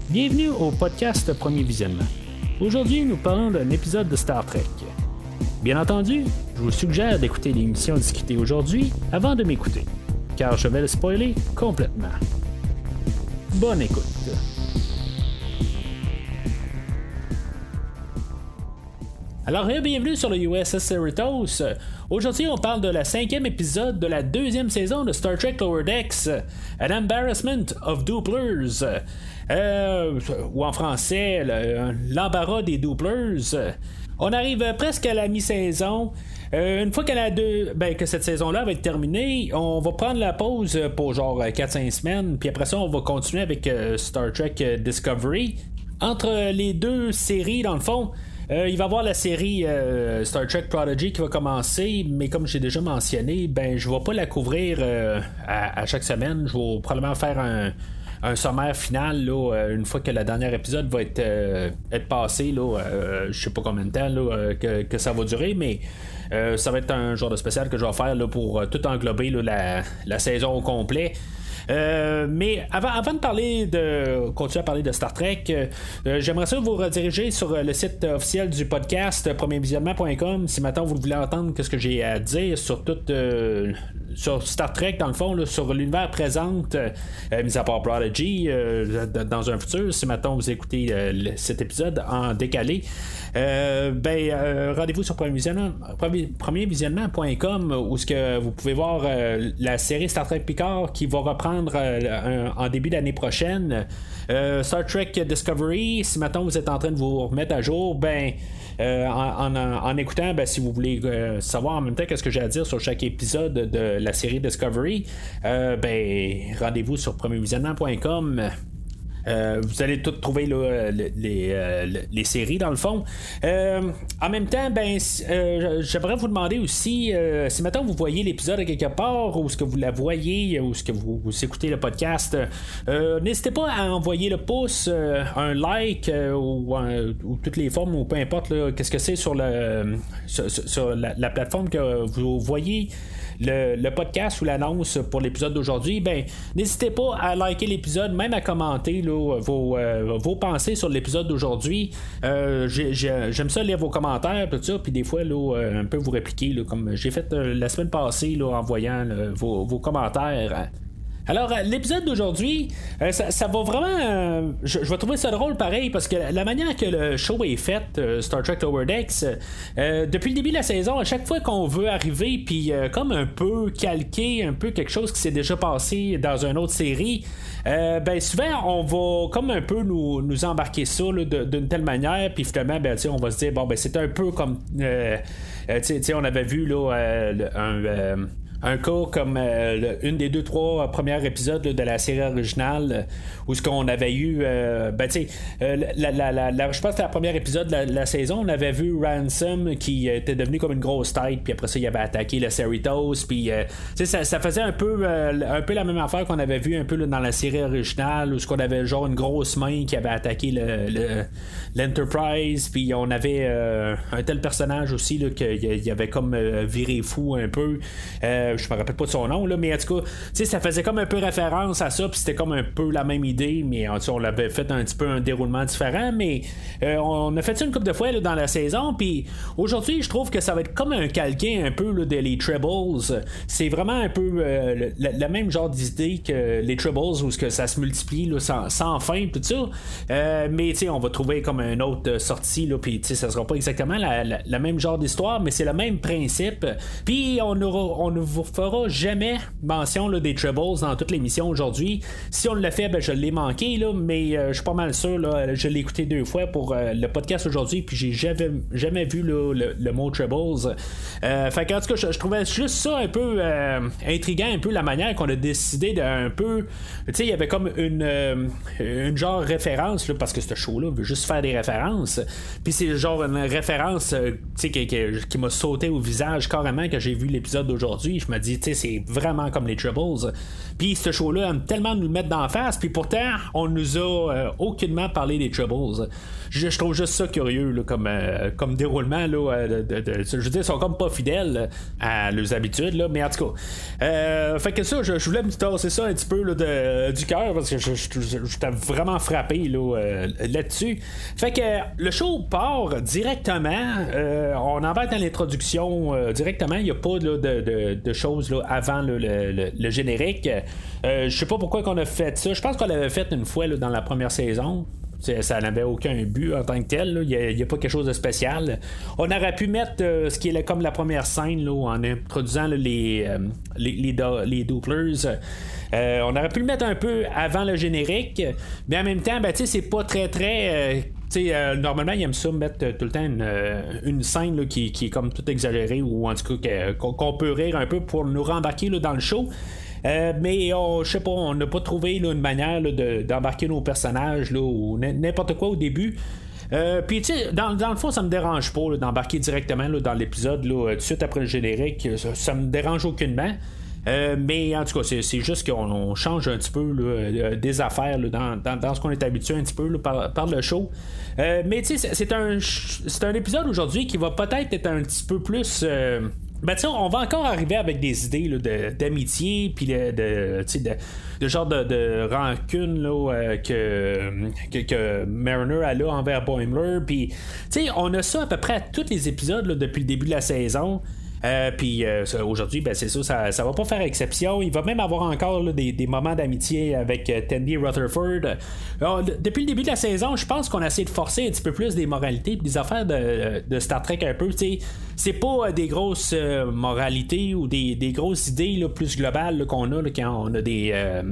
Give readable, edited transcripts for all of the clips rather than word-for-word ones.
Bienvenue au podcast Premier Visionnement. Aujourd'hui, nous parlons d'un épisode de Star Trek. Bien entendu, je vous suggère d'écouter l'émission discutée aujourd'hui avant de m'écouter, car je vais le spoiler complètement. Bonne écoute. Alors, bienvenue sur le USS Cerritos. Aujourd'hui, on parle de la 5e épisode de la 2e saison de Star Trek Lower Decks, An Embarrassment of Dooplers, ou en français, l'embarras des Dooplers. On arrive presque à la mi-saison. Une fois que cette saison-là va être terminée, on va prendre la pause pour genre 4-5 semaines, puis après ça, on va continuer avec Star Trek Discovery. Entre les deux séries, dans le fond, il va y avoir la série Star Trek Prodigy qui va commencer, mais comme j'ai déjà mentionné, je vais pas la couvrir à chaque semaine. Je vais probablement faire un sommaire final là, une fois que le dernier épisode va être passé. Je sais pas combien de temps que ça va durer, mais ça va être un genre de spécial que je vais faire là, pour tout englober là, la saison au complet. Mais avant de continuer à parler de Star Trek, j'aimerais ça vous rediriger sur le site officiel du podcast premiervisionnement.com si maintenant vous voulez entendre ce que j'ai à dire sur sur Star Trek dans le fond là, sur l'univers présente, mis à part Prodigy, dans un futur si maintenant vous écoutez cet épisode en décalé. Rendez-vous sur premiervisionnement.com où ce que vous pouvez voir la série Star Trek Picard qui va reprendre en début d'année prochaine. Star Trek Discovery, si maintenant vous êtes en train de vous remettre à jour, en écoutant, si vous voulez savoir en même temps qu'est-ce que j'ai à dire sur chaque épisode de la série Discovery, rendez-vous sur premiervisionnement.com. Vous allez tout trouver là, les séries dans le fond. En même temps, j'aimerais vous demander aussi si maintenant vous voyez l'épisode à quelque part ou est-ce que vous la voyez ou est-ce que vous écoutez le podcast, n'hésitez pas à envoyer le pouce, un like ou toutes les formes ou peu importe là, qu'est-ce que c'est sur la plateforme que vous voyez le podcast ou l'annonce pour l'épisode d'aujourd'hui. N'hésitez pas à liker l'épisode, même à commenter là, vos pensées sur l'épisode d'aujourd'hui. J'aime ça lire vos commentaires tout ça, puis des fois là, un peu vous répliquer là, comme j'ai fait la semaine passée là, en voyant vos commentaires. Alors, l'épisode d'aujourd'hui, ça va vraiment... je vais trouver ça drôle pareil, parce que la manière que le show est fait, Star Trek Lower Decks, depuis le début de la saison, à chaque fois qu'on veut arriver, puis comme un peu calquer un peu quelque chose qui s'est déjà passé dans une autre série, souvent, on va comme un peu nous embarquer ça là, d'une telle manière, puis finalement, on va se dire, c'est un peu comme... on avait vu là, un cas comme une des 2-3 premiers épisodes là, de la série originale où ce qu'on avait eu je pense que la première épisode de la saison, on avait vu Ransom qui était devenu comme une grosse tête, puis après ça il avait attaqué le Cerritos, puis ça faisait un peu la même affaire qu'on avait vu un peu là, dans la série originale où ce qu'on avait genre une grosse main qui avait attaqué l'Enterprise, puis on avait un tel personnage aussi là, qu'il avait comme viré fou un peu. Je me rappelle pas de son nom là, mais en tout cas ça faisait comme un peu référence à ça, puis c'était comme un peu la même idée, mais on l'avait fait un petit peu un déroulement différent, mais on a fait ça une couple de fois là, dans la saison, puis aujourd'hui je trouve que ça va être comme un calquin un peu là, des Tribbles. C'est vraiment un peu le même genre d'idée que les Tribbles où que ça se multiplie là, sans fin tout ça, mais on va trouver comme une autre sortie là, puis ça sera pas exactement la même genre d'histoire, mais c'est le même principe, puis on ne vous fera jamais mention là, des Tribbles dans toute l'émission aujourd'hui. Si on l'a fait, je l'ai manqué là, mais je suis pas mal sûr là, je l'ai écouté 2 fois pour le podcast aujourd'hui, puis j'ai jamais vu là, le mot Tribbles. Fait qu'en tout cas, je trouvais juste ça un peu intriguant, un peu la manière qu'on a décidé d'un peu, il y avait comme une genre référence là, parce que ce show là veut juste faire des références, puis c'est genre une référence qui m'a sauté au visage carrément que j'ai vu l'épisode d'aujourd'hui. Je je me dis, tu sais, c'est vraiment comme les Tribbles. Puis ce show-là aime tellement nous le mettre d'en face, puis pourtant, on nous a aucunement parlé des Tribbles. Je trouve juste ça curieux là, comme déroulement. Là, je veux dire, ils sont comme pas fidèles à leurs habitudes, là, mais en tout cas. Fait que ça, je voulais me tasser ça un petit peu là, du cœur parce que j'étais vraiment frappé là-dessus. Fait que le show part directement. On embarque dans l'introduction directement. Il n'y a pas là, de choses là, avant là, le générique. Je sais pas pourquoi qu'on a fait ça. Je pense qu'on l'avait fait une fois là, dans la première saison. Ça n'avait aucun but en tant que tel. Il n'y a pas quelque chose de spécial. On aurait pu mettre ce qui est comme la première scène là, en introduisant là, les Dooplers. On aurait pu le mettre un peu avant le générique, mais en même temps, ben, c'est pas très normalement, ils aiment ça mettre tout le temps une scène là, qui est comme tout exagérée ou en tout cas qu'on peut rire un peu pour nous rembarquer là, dans le show. Mais je sais pas, on n'a pas trouvé là, une manière là, d'embarquer nos personnages là, ou n'importe quoi au début. Puis tu sais, dans le fond, ça me dérange pas là, d'embarquer directement là, dans l'épisode là, tout de suite après le générique. Ça me dérange aucunement. Mais en tout cas, c'est juste qu'on change un petit peu là, des affaires là, dans ce qu'on est habitué un petit peu là, par le show. Mais tu sais, c'est un épisode aujourd'hui qui va peut-être être un petit peu plus. Ben tu sais, on va encore arriver avec des idées là, d'amitié puis de genre de rancune là, que Mariner a là envers Boimler. Puis tu sais, on a ça à peu près à tous les épisodes là, depuis le début de la saison. Puis aujourd'hui, ben c'est ça va pas faire exception. Il va même avoir encore là, des moments d'amitié avec Tandy Rutherford. Depuis le début de la saison, je pense qu'on a essayé de forcer un petit peu plus des moralités, des affaires de Star Trek un peu. T'sais, c'est pas des grosses moralités ou des grosses idées là, plus globales là, qu'on a là, quand on a des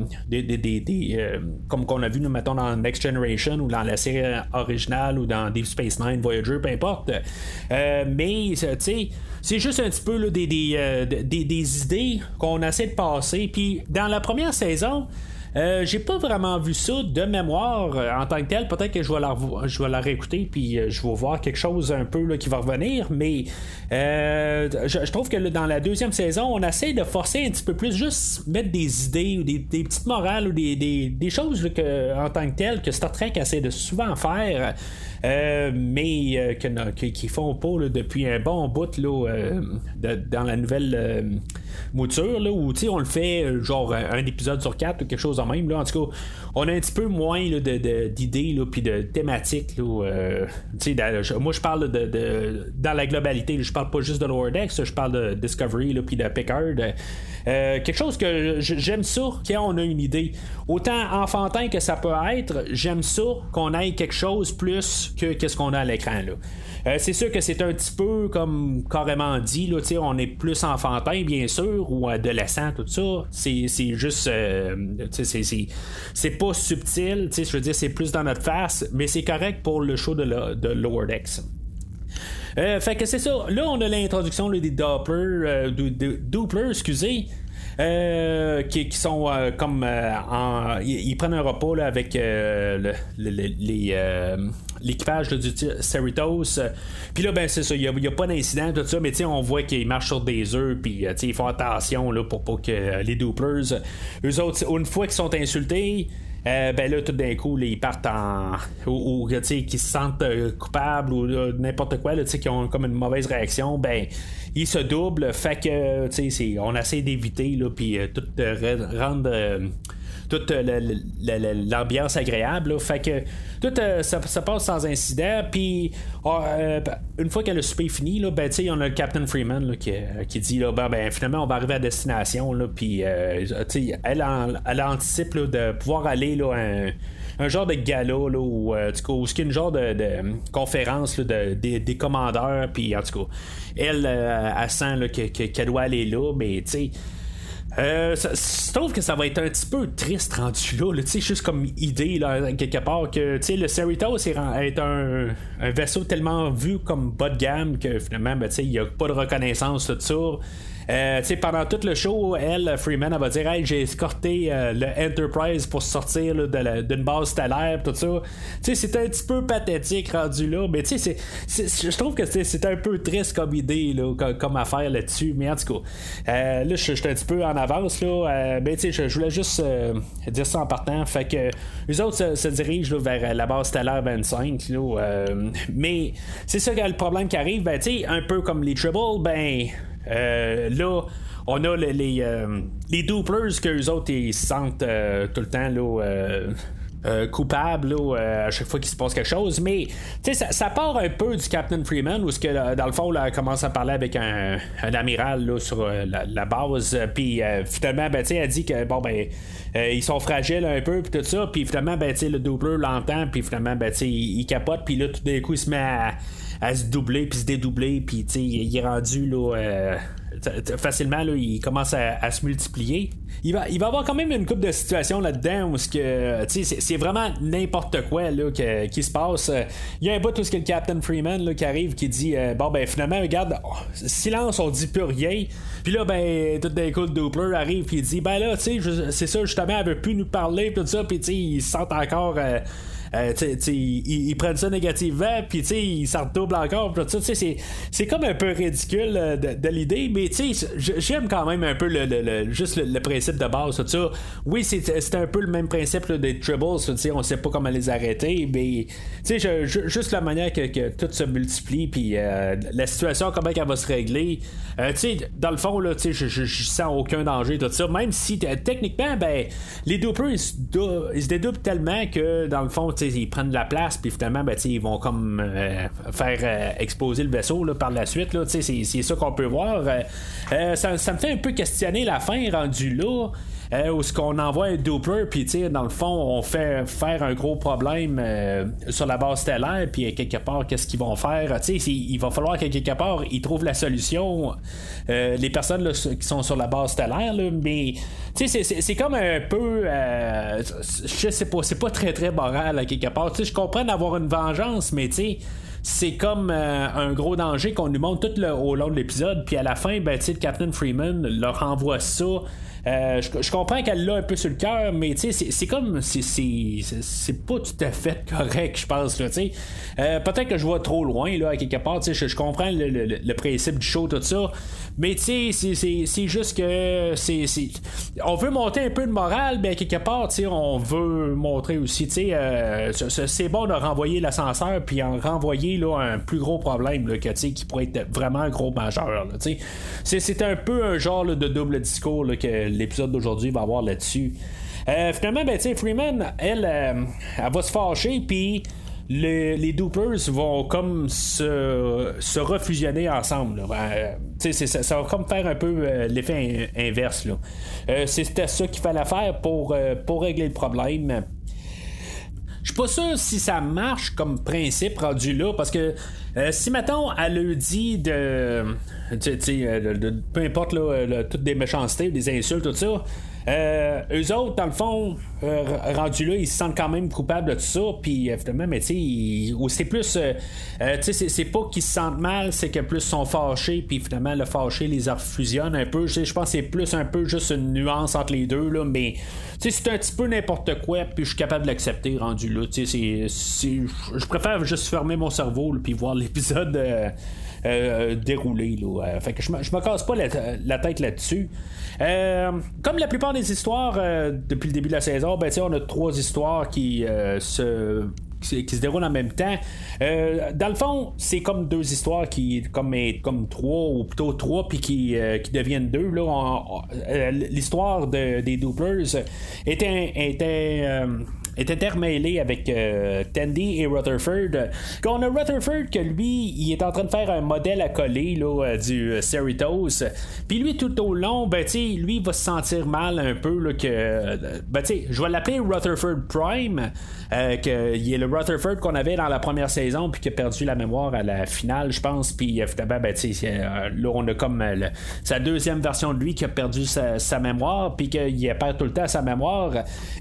comme qu'on a vu nous mettons dans Next Generation ou dans la série originale ou dans Deep Space Nine, Voyager, peu importe. Mais tu sais, c'est juste un petit peu là, des idées qu'on essaie de passer. Puis dans la première saison, j'ai pas vraiment vu ça de mémoire en tant que tel. Peut-être que je vais la réécouter puis je vais voir quelque chose un peu là, qui va revenir. Mais je trouve que là, dans la deuxième saison, on essaie de forcer un petit peu plus, juste mettre des idées ou des petites morales ou des choses là, en tant que tel que Star Trek essaie de souvent faire. Mais qui font pas là, depuis un bon bout là, dans la nouvelle mouture là, où on le fait genre un épisode sur 4 ou quelque chose en même là. En tout cas, on a un petit peu moins là, d'idées puis de thématiques là, moi je parle dans la globalité là, je parle pas juste de Lower Decks, je parle de Discovery là, puis de Picard. Quelque chose que j'aime ça quand on a une idée, autant enfantin que ça peut être, j'aime ça qu'on ait quelque chose plus que qu'est-ce qu'on a à l'écran là. C'est sûr que c'est un petit peu comme carrément dit là, on est plus enfantin bien sûr ou adolescent, tout ça, c'est juste c'est pas subtil, je veux dire c'est plus dans notre face, mais c'est correct pour le show de Lower Decks. Fait que c'est ça. Là, on a l'introduction là, des Dooplers, excusez. Qui sont comme ils prennent un repas là, avec l'équipage là, du Cerritos. Puis là, ben c'est ça, il n'y a pas d'incident, tout ça, mais on voit qu'ils marchent sur des œufs, puis ils font attention là, pour pas que les Dooplers, eux autres, une fois qu'ils sont insultés, ben là tout d'un coup là, ils partent ou qu'ils se sentent coupables ou n'importe quoi là, qui ont comme une mauvaise réaction, ben ils se doublent, fait que on essaie d'éviter là, puis tout rendre toute l'ambiance agréable là. Fait que tout ça passe sans incident. Puis une fois que le souper est fini là, ben on a le Captain Freeman là, qui dit là, ben finalement on va arriver à destination là, puis elle anticipe là, de pouvoir aller là, un genre de gala là, ou du coup c'est une genre de conférence là, des commandeurs, puis en tout cas elle sent là, qu'elle doit aller là, mais tu sais je trouve que ça va être un petit peu triste rendu là, juste comme idée là, quelque part que le Cerritos est un vaisseau tellement vu comme bas de gamme que finalement il n'y a pas de reconnaissance de ça. Pendant tout le show, Freeman, elle va dire hey, j'ai escorté le Enterprise pour sortir là, d'une base stellaire, tout ça. C'est un petit peu pathétique rendu là, mais je trouve que c'est un peu triste comme idée, là, comme affaire là-dessus. Mais en tout cas, là, je suis un petit peu en avance, là. Je voulais juste dire ça en partant. Fait que les autres se dirigent là, vers la base stellaire 25, là, mais c'est ça que le problème qui arrive, un peu comme les Tribbles, là, on a les Dooplers que eux autres ils se sentent tout le temps là, coupables là, à chaque fois qu'il se passe quelque chose, mais ça part un peu du Captain Freeman où dans le fond là, elle commence à parler avec un amiral là, sur la base, puis finalement elle dit que ils sont fragiles un peu puis tout ça, puis finalement le Doppler l'entend, puis finalement il capote, puis là tout d'un coup il se met à se doubler puis se dédoubler, puis il est rendu là facilement là, il commence à se multiplier. Il va avoir quand même une couple de situations là-dedans où c'est vraiment n'importe quoi là, qui se passe. Il y a un bout où le Captain Freeman là, qui arrive qui dit finalement regarde, silence, on dit plus rien. Puis là tout d'un coup le Doppler arrive puis il dit c'est ça justement, elle veut plus nous parler tout ça, puis ils se sentent encore ils prennent ça négativement, puis ils s'en redoublent encore. C'est comme un peu ridicule de l'idée, mais j'aime quand même un peu juste le principe de base. Tout ça. Oui, c'est un peu le même principe là, des Tribbles. On sait pas comment les arrêter, mais juste la manière que tout se multiplie, puis la situation, comment elle va se régler. Dans le fond, je sens aucun danger, tout ça. Même si techniquement, les Doppler ils se dédoublent tellement que dans le fond, ils prennent de la place, puis finalement ils vont comme faire exploser le vaisseau là, par la suite là, c'est ça qu'on peut voir. Ça me fait un peu questionner la fin rendue là, où ce qu'on envoie un Doppler, puis dans le fond on fait faire un gros problème sur la base stellaire, puis quelque part qu'est-ce qu'ils vont faire, il va falloir que quelque part ils trouvent la solution, les personnes là, qui sont sur la base stellaire là, mais c'est comme un peu je sais pas, c'est pas très très moral à quelque part. Je comprends d'avoir une vengeance, mais c'est comme un gros danger qu'on nous montre tout au long de l'épisode, puis à la fin le Captain Freeman leur envoie ça. Je comprends qu'elle l'a un peu sur le cœur, mais c'est comme c'est pas tout à fait correct, je pense là, peut-être que je vois trop loin là à quelque part. Je comprends le principe du show, tout ça, mais c'est juste que on veut monter un peu de morale, mais à quelque part on veut montrer aussi c'est bon de renvoyer l'ascenseur puis en renvoyer là, un plus gros problème là, qui pourrait être vraiment un gros majeur là, c'est un peu un genre là, de double discours là, que l'épisode d'aujourd'hui va avoir là-dessus. Finalement Freeman elle va se fâcher, puis les Dooplers vont comme se refusionner ensemble là. Ça va comme faire un peu l'effet inverse là. C'était ça qu'il fallait faire pour régler le problème. Je suis pas sûr si ça marche comme principe rendu là, parce que si mettons elle le dit de peu importe là, toutes des méchancetés, des insultes, tout ça, eux autres dans le fond rendus là ils se sentent quand même coupables de tout ça, puis finalement mais c'est plus c'est pas qu'ils se sentent mal, c'est que plus sont fâchés, puis finalement le fâché les refusionne un peu. Je pense que c'est plus un peu juste une nuance entre les deux là, mais c'est un petit peu n'importe quoi, puis je suis capable de l'accepter rendu là. Je préfère juste fermer mon cerveau puis voir l'épisode dérouler là. Fait que je me casse pas la tête là-dessus. Comme la plupart des histoires depuis le début de la saison, on a 3 histoires qui se déroulent en même temps. Dans le fond, c'est comme 2 histoires qui comme 3 ou plutôt 3 puis qui deviennent 2 là. L'histoire des Dooplers est intermêlé avec Tandy et Rutherford. On a Rutherford que lui, il est en train de faire un modèle à coller là, du Cerritos. Puis lui, tout au long, lui, il va se sentir mal un peu là, que je vais l'appeler Rutherford Prime, il est le Rutherford qu'on avait dans la première saison puis qui a perdu la mémoire à la finale, je pense. Puis finalement, là, on a comme sa deuxième version de lui qui a perdu sa mémoire, puis qu'il perd tout le temps sa mémoire.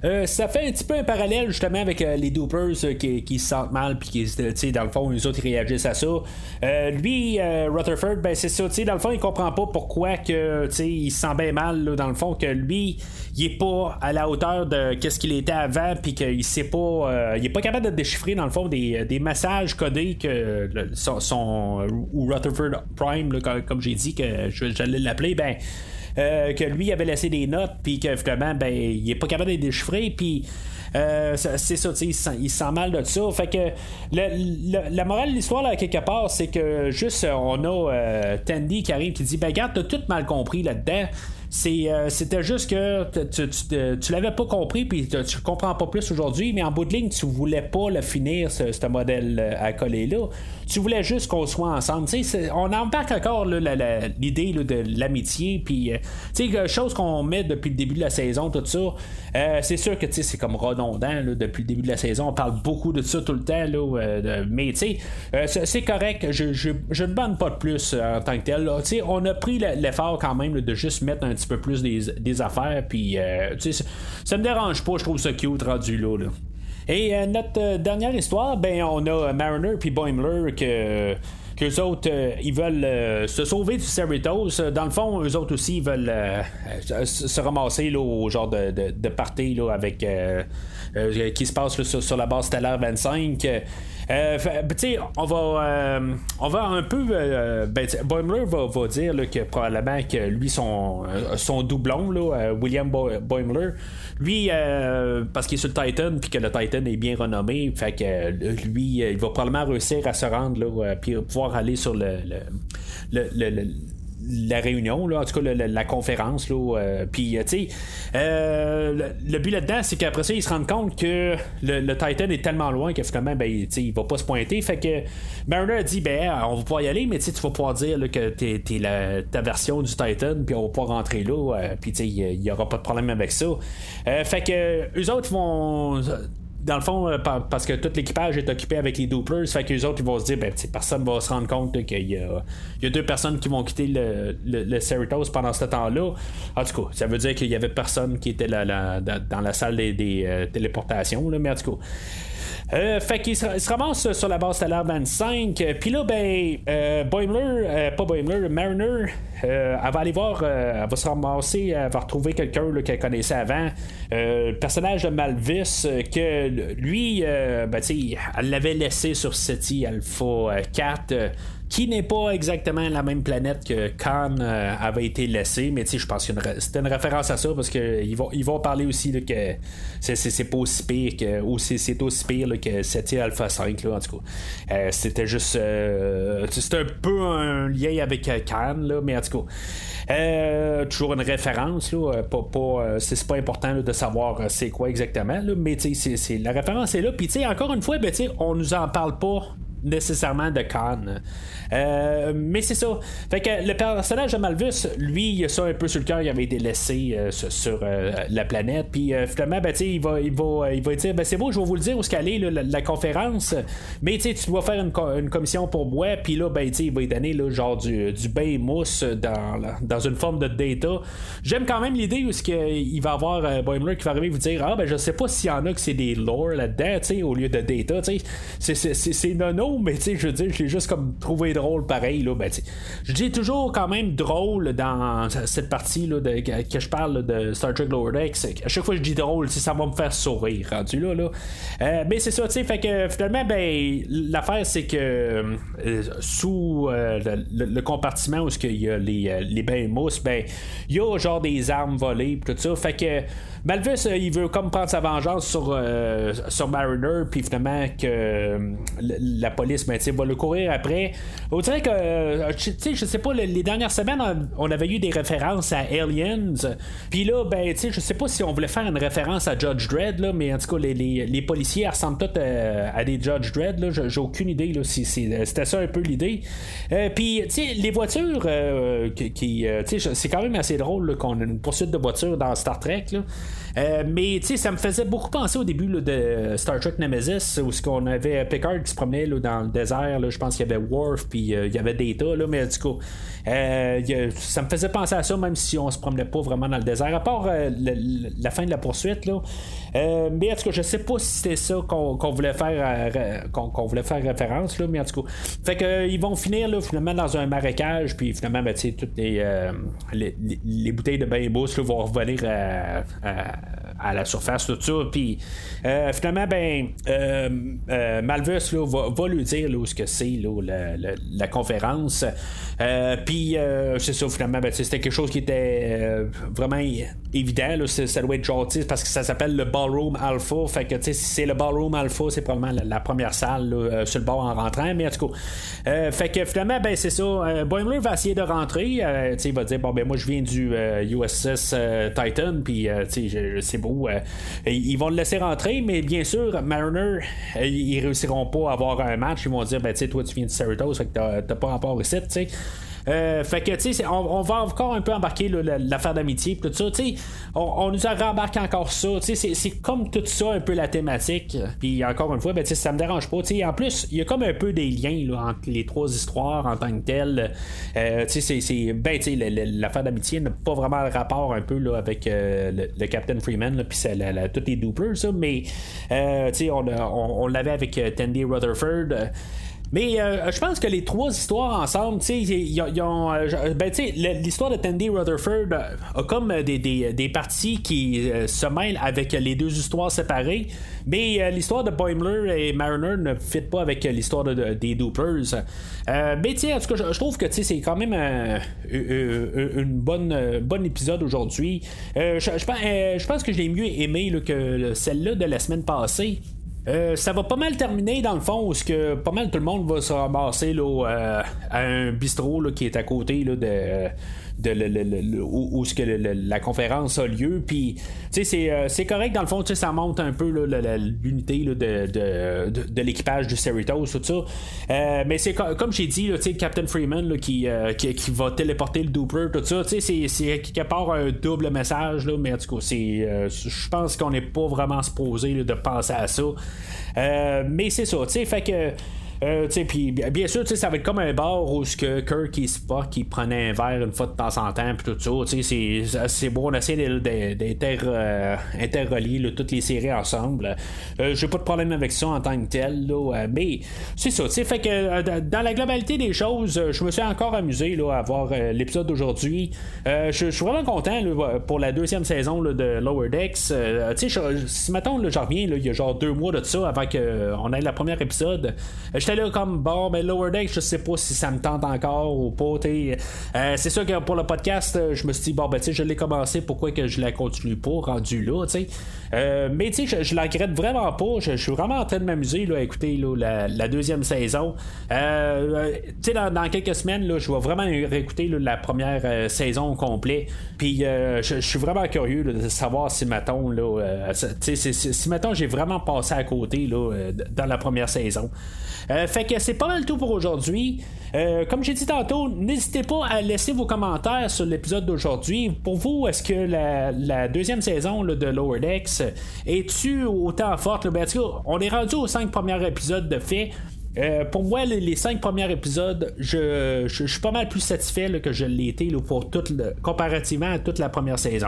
Ça fait un petit peu un parallèle justement avec les Doopers qui se sentent mal puis qui, dans le fond, les autres ils réagissent à ça. Lui, Rutherford, ben c'est ça, dans le fond, il comprend pas pourquoi que il se sent bien mal là, dans le fond, que lui, il est pas à la hauteur de qu'est-ce qu'il était avant puis qu'il sait pas, il est pas capable de déchiffrer dans le fond des messages codés que son ou Rutherford Prime, là, comme j'ai dit que j'allais l'appeler, ben que lui avait laissé des notes puis que finalement ben il est pas capable de les déchiffrer puis c'est ça, il se sent mal de ça. Fait que la morale de l'histoire là quelque part, c'est que juste on a Tandy qui arrive qui dit ben regarde, t'as tout mal compris là-dedans. C'était juste que tu l'avais pas compris puis tu comprends pas plus aujourd'hui, mais en bout de ligne tu voulais pas le finir ce modèle à coller là, tu voulais juste qu'on soit ensemble. On embarque encore là, l'idée là, de l'amitié puis chose qu'on met depuis le début de la saison, tout ça, c'est sûr que c'est comme redondant là, depuis le début de la saison, on parle beaucoup de ça tout le temps là, mais c'est correct, je ne bande pas de plus en tant que tel là. On a pris l'effort quand même là, de juste mettre un petit peu plus des affaires puis ça me dérange pas, je trouve ça cute rendu là. Et notre dernière histoire, ben on a Mariner puis Boimler qu'eux autres, ils veulent se sauver du Cerritos. Dans le fond, eux autres aussi, ils veulent se ramasser là, au genre de party là, avec qui se passe là, sur la base stellaire 25. On va un peu Boimler va dire là, que probablement que lui son doublon là, William Boimler, lui parce qu'il est sur le Titan puis que le Titan est bien renommé, fait que lui il va probablement réussir à se rendre là, puis pouvoir aller sur la réunion là, en tout cas la conférence là, puis le but là-dedans c'est qu'après ça ils se rendent compte que le Titan est tellement loin que finalement il va pas se pointer, fait que Mariner a dit on va pouvoir y aller, mais tu vas pouvoir dire là, que t'es ta version du Titan puis on va pouvoir rentrer là, puis il y aura pas de problème avec ça, fait que eux autres vont dans le fond, parce que tout l'équipage est occupé avec les Dooplers, fait que les autres ils vont se dire personne va se rendre compte là, qu'il y a deux personnes qui vont quitter le Cerritos pendant ce temps-là. En tout cas, ça veut dire qu'il y avait personne qui était dans la salle des téléportations là, mais en tout cas fait qu'il se ramasse sur la base stellaire 25. Puis là, Mariner, elle va aller voir, elle va se ramasser, elle va retrouver quelqu'un là, qu'elle connaissait avant. Le personnage de Malvis, que lui, elle l'avait laissé sur SETI Alpha 4. Qui n'est pas exactement la même planète que Khan avait été laissé, mais je pense que c'était une référence à ça parce qu'ils vont parler aussi là, que c'est pas aussi pire ou c'est aussi pire là, que SETI Alpha 5 là, en tout cas. C'était juste c'était un peu un lien avec Khan là, mais en tout cas toujours une référence là, c'est pas important là, de savoir c'est quoi exactement là, mais c'est la référence est là, puis encore une fois on nous en parle pas nécessairement de Khan. Mais c'est ça. Fait que le personnage de Malvis, lui, il a ça un peu sur le cœur, il avait été laissé sur la planète. Puis finalement, il va dire c'est beau, je vais vous le dire où est-ce qu'elle est, la conférence. Mais tu dois faire une commission pour moi. Puis là, il va lui donner là, genre du bain mousse dans une forme de data. J'aime quand même l'idée où il va avoir Boimler qui va arriver et vous dire je sais pas s'il y en a que c'est des lore là-dedans, au lieu de data. C'est nono, mais je veux dire, je l'ai juste comme trouvé drôle pareil là, je dis toujours quand même drôle dans cette partie là, que je parle là, de Star Trek Lower Decks. À chaque fois que je dis drôle, ça va me faire sourire rendu là. Mais c'est ça, fait que finalement l'affaire c'est que sous le compartiment où il y a les bains mousse, il y a genre des armes volées tout ça, fait que Malvis il veut comme prendre sa vengeance sur Mariner, puis finalement que la police va le courir après. On dirait que je sais pas, les dernières semaines on avait eu des références à Aliens, puis là je sais pas si on voulait faire une référence à Judge Dredd là, mais en tout cas les policiers ressemblent tous à des Judge Dredd là. J'ai aucune idée là, si c'était ça un peu l'idée. Puis les voitures c'est quand même assez drôle là, qu'on a une poursuite de voitures dans Star Trek là. Mais ça me faisait beaucoup penser au début là, de Star Trek Nemesis, où on avait Picard qui se promenait là, dans le désert. Là, je pense qu'il y avait Worf, puis il y avait Data, là, mais du coup, ça me faisait penser à ça, même si on se promenait pas vraiment dans le désert, à part la fin de la poursuite. Là. Mais en tout cas, je sais pas si c'était ça qu'on voulait faire qu'on voulait faire référence, là, mais en tout cas. Fait que ils vont finir là, finalement dans un marécage, puis finalement, ben, toutes les bouteilles de bain bousse vont revenir à la surface, tout ça. Puis finalement, ben Malvus là, va lui dire là, où ce que c'est là, la conférence. Puis c'est ça, finalement, ben, c'était quelque chose qui était vraiment évident. Là, ça doit être gentil parce que ça s'appelle le Ballroom Alpha. Fait que si c'est le Ballroom Alpha, c'est probablement la première salle là, sur le bord en rentrant. Mais en tout cas, fait que finalement, ben c'est ça. Boimler va essayer de rentrer. Il va dire bon ben moi je viens du USS Titan. Puis c'est beau. Ils vont le laisser rentrer, mais bien sûr, Mariner, ils réussiront pas à avoir un match. Ils vont dire ben tu sais toi tu viens du Cerritos, fait que t'as pas rapport ici, tu sais. Fait que tu sais on va encore un peu embarquer là, l'affaire d'amitié tout ça, tu sais on nous a rembarqué encore ça, tu sais c'est comme tout ça un peu la thématique, puis encore une fois ben tu sais ça me dérange pas, tu sais en plus il y a comme un peu des liens là, entre les trois histoires en tant que telles, tu sais c'est ben tu sais l'affaire d'amitié n'a pas vraiment le rapport un peu là avec le Captain Freeman puis toutes les Dooplers ça, mais tu sais on l'avait avec Tandy Rutherford. Mais je pense que les trois histoires ensemble, tu sais, l'histoire de Tandy Rutherford a comme des parties qui se mêlent avec les deux histoires séparées, mais l'histoire de Boimler et Mariner ne fit pas avec l'histoire des Dooplers. Mais tu sais, en tout cas, je trouve que c'est quand même une bonne épisode aujourd'hui. Je pense que je l'ai mieux aimé là, que celle-là de la semaine passée. Ça va pas mal terminer dans le fond où que pas mal tout le monde va se ramasser là, à un bistrot là, qui est à côté là, où ce que la conférence a lieu, puis c'est correct dans le fond, ça monte un peu là, l'unité là, de l'équipage du Cerritos, tout ça, mais c'est comme j'ai dit là, Captain Freeman là, qui va téléporter le Doopler, tout ça, c'est quelque part un double message là, mais en tout cas je pense qu'on n'est pas vraiment supposé là, de penser à ça, mais c'est ça, fait que puis bien sûr, ça va être comme un bar où Kirk et Spock qui prenaient un verre une fois de temps en temps, puis tout ça. C'est beau, on essaie d'interrelier là, toutes les séries ensemble. J'ai pas de problème avec ça en tant que tel, là, mais c'est ça. Fait que dans la globalité des choses, je me suis encore amusé là, à voir l'épisode d'aujourd'hui. Je suis vraiment content là, pour la deuxième saison là, de Lower Decks. Si mettons, je reviens, il y a genre 2 mois de ça avant qu'on ait le premier épisode. J'étais là comme bon, mais Lower Deck, je sais pas si ça me tente encore ou pas. C'est sûr que pour le podcast, je me suis dit bon, ben tu sais, je l'ai commencé, pourquoi que je la continue pas rendu là, tu sais. Mais tu sais, je la regrette vraiment pas. Je suis vraiment en train de m'amuser là, à écouter là, la deuxième saison. Tu sais, dans quelques semaines, là, je vais vraiment réécouter là, la première saison au complet. Puis je suis vraiment curieux là, de savoir si mettons là, si mettons j'ai vraiment passé à côté là, dans la première saison. Fait que c'est pas mal tout pour aujourd'hui. Comme j'ai dit tantôt, n'hésitez pas à laisser vos commentaires sur l'épisode d'aujourd'hui. Pour vous, est-ce que la deuxième saison là, de Lower Decks est-tu autant forte? Ben, en tout cas, on est rendu aux 5 premiers épisodes de fait. Pour moi, les 5 premiers épisodes, je suis pas mal plus satisfait là, que je l'ai été là, comparativement à toute la première saison.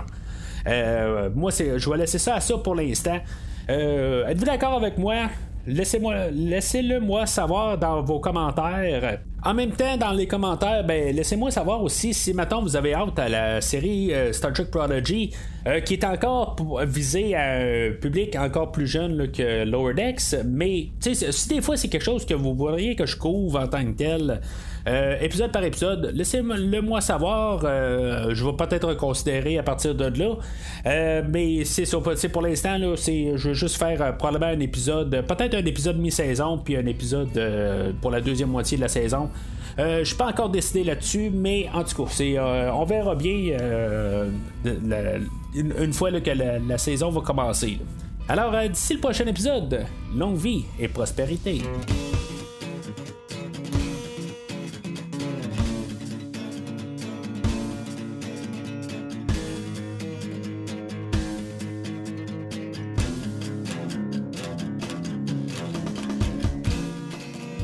Moi, je vais laisser ça à ça pour l'instant. Êtes-vous d'accord avec moi? Laissez-le moi savoir dans vos commentaires. En même temps, dans les commentaires, ben laissez-moi savoir aussi si maintenant vous avez hâte à la série Star Trek Prodigy, qui est encore visée à un public encore plus jeune là, que Lower Decks. Mais si des fois c'est quelque chose que vous voudriez que je couvre en tant que tel, épisode par épisode, laissez-le moi savoir. Je vais peut-être reconsidérer à partir de là. Mais c'est pour l'instant là, je veux juste faire probablement un épisode, peut-être un épisode mi-saison, puis un épisode pour la deuxième moitié de la saison. Je suis pas encore décidé là-dessus, mais en tout cas, on verra bien une fois là, que la saison va commencer. Alors, d'ici le prochain épisode, longue vie et prospérité.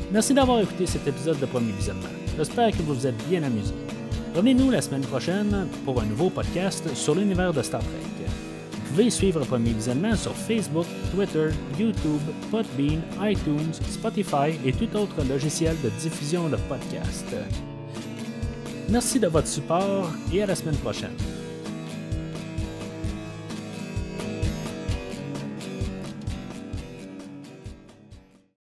Merci d'avoir écouté cet épisode de Premier Visionnement. J'espère que vous vous êtes bien amusés. Revenez-nous la semaine prochaine pour un nouveau podcast sur l'univers de Star Trek. Vous pouvez suivre Premier Visionnement sur Facebook, Twitter, YouTube, Podbean, iTunes, Spotify et tout autre logiciel de diffusion de podcasts. Merci de votre support et à la semaine prochaine.